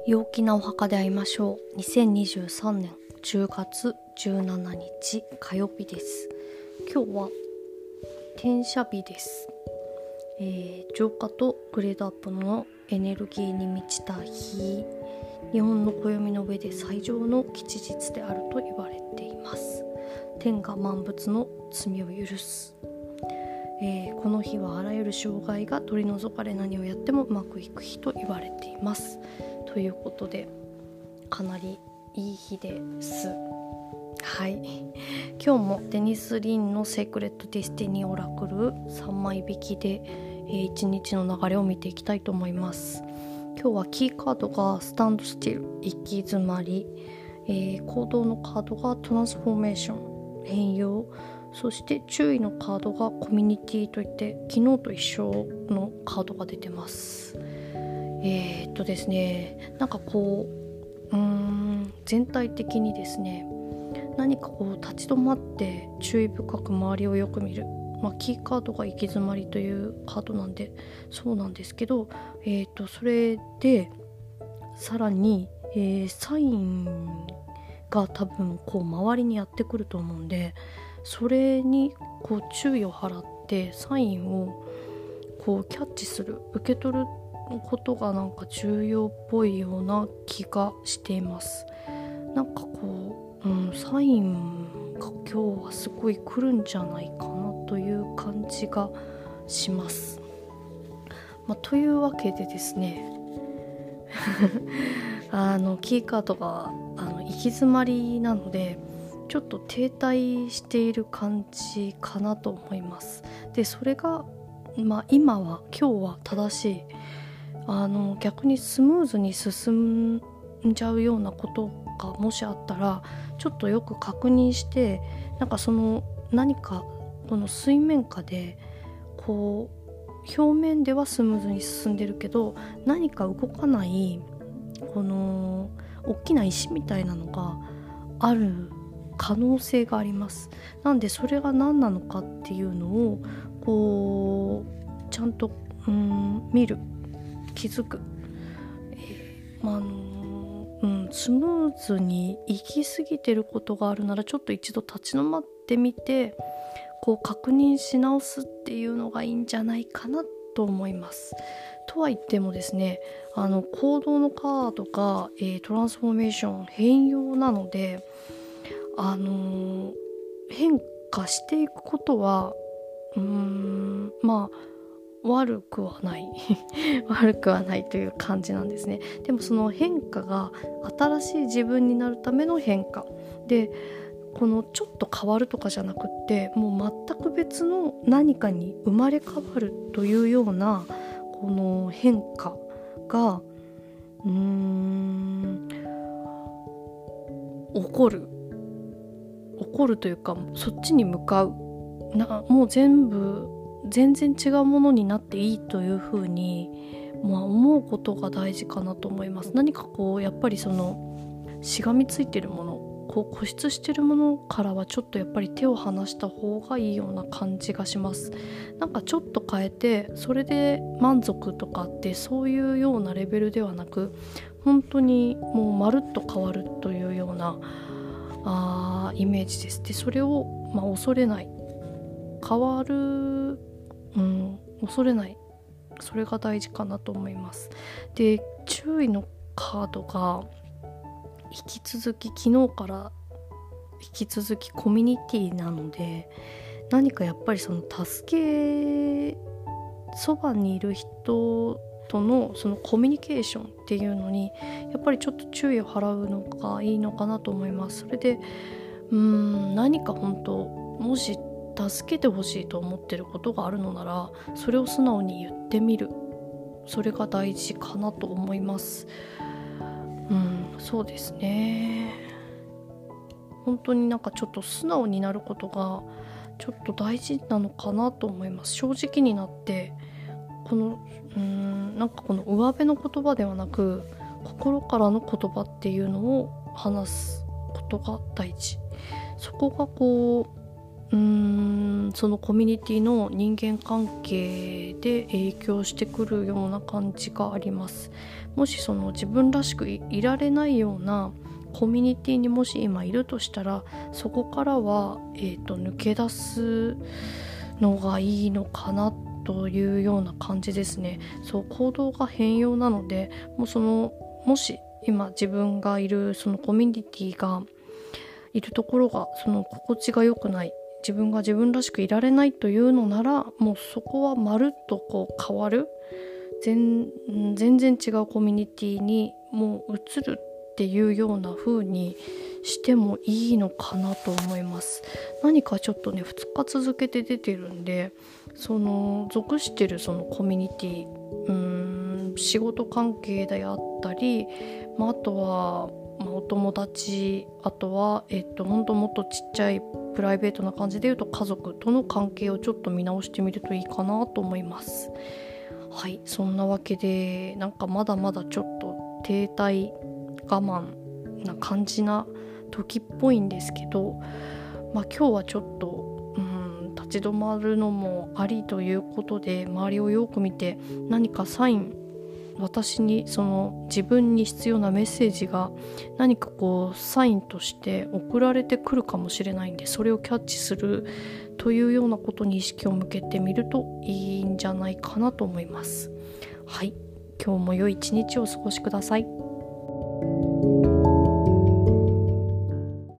陽気なお墓で会いましょう。2023年10月17日火曜日です。今日は転写日です。浄化とグレードアップのエネルギーに満ちた日、日本の暦の上で最上の吉日であると言われています。天が万物の罪を許す。この日はあらゆる障害が取り除かれ、何をやってもうまくいく日と言われています。ということで、かなりいい日です。はい、今日もデニス・リンのセークレット・ディスティニー・オラクル3枚引きで、1日の流れを見ていきたいと思います。今日はキーカードがスタンドスティル、行き詰まり、行動のカードがトランスフォーメーション、変容、そして注意のカードがコミュニティといって、昨日と一緒のカードが出てます。ですね、なんかこう、全体的にですね、何かこう立ち止まって注意深く周りをよく見る、キーカードが行き詰まりというカードなんでそうなんですけど、それでさらに、サインが多分こう周りにやってくると思うんで、それにこう注意を払ってサインをこうキャッチする、受け取ることがなんか重要っぽいような気がしています。なんかこう、サインが今日はすごい来るんじゃないかなという感じがします。というわけでですねキーカードが行き詰まりなので、ちょっと停滞している感じかなと思います。で、それが、今日は正しい、逆にスムーズに進んじゃうようなことがもしあったら、ちょっとよく確認して、なんかその何かこの水面下でこう表面ではスムーズに進んでるけど、何か動かないこの大きな石みたいなのがある可能性があります。なんでそれが何なのかっていうのをこうちゃんと見る、気づく、スムーズに行き過ぎてることがあるなら、ちょっと一度立ち止まってみて、こう確認し直すっていうのがいいんじゃないかなと思います。とは言ってもですね、行動のカードが、トランスフォーメーション、変容なので、変化していくことは悪くはない悪くはないという感じなんですね。でもその変化が新しい自分になるための変化で、このちょっと変わるとかじゃなくって、もう全く別の何かに生まれ変わるというようなこの変化が起こるというか、そっちに向かう、もう全然違うものになっていいというふうに、思うことが大事かなと思います。何かこうやっぱりそのしがみついてるもの、こう固執してるものからはちょっとやっぱり手を離した方がいいような感じがします。なんかちょっと変えてそれで満足とかって、そういうようなレベルではなく、本当にもうまるっと変わるというようなイメージです。で、それを恐れない、変わる、恐れない、それが大事かなと思います。で、注意のカードが昨日から引き続きコミュニティなので、何かやっぱりそのそばにいる人とのそのコミュニケーションっていうのにやっぱりちょっと注意を払うのがいいのかなと思います。それで何か本当、もし助けてほしいと思ってることがあるのなら、それを素直に言ってみる、それが大事かなと思います。そうですね、本当になんかちょっと素直になることがちょっと大事なのかなと思います。正直になって、このなんかこの上辺の言葉ではなく、心からの言葉っていうのを話すことが大事。そこがこうそのコミュニティの人間関係で影響してくるような感じがあります。もしその自分らしく いられないようなコミュニティにもし今いるとしたら、そこからは、抜け出すのがいいのかなというような感じですね。そう行動が変容なので、もし今自分がいるそのコミュニティがいるところがその心地が良くない、自分が自分らしくいられないというのなら、もうそこはまるっと変わる、全然違うコミュニティにもう移るっていうような風にしてもいいのかなと思います。何かちょっとね2日続けて出てるんで、その属してるそのコミュニティ、仕事関係であったり、あとは、お友達、あとは本当もっとちっちゃいプライベートな感じで言うと家族との関係をちょっと見直してみるといいかなと思います。はい、そんなわけでなんかまだまだちょっと停滞我慢な感じな時っぽいんですけど、今日はちょっと立ち止まるのもありということで、周りをよく見て何かサイン、私にその自分に必要なメッセージが何かサインとして送られてくるかもしれないんで、それをキャッチするというようなことに意識を向けてみるといいんじゃないかなと思います。はい、今日も良い一日をお過ごしください。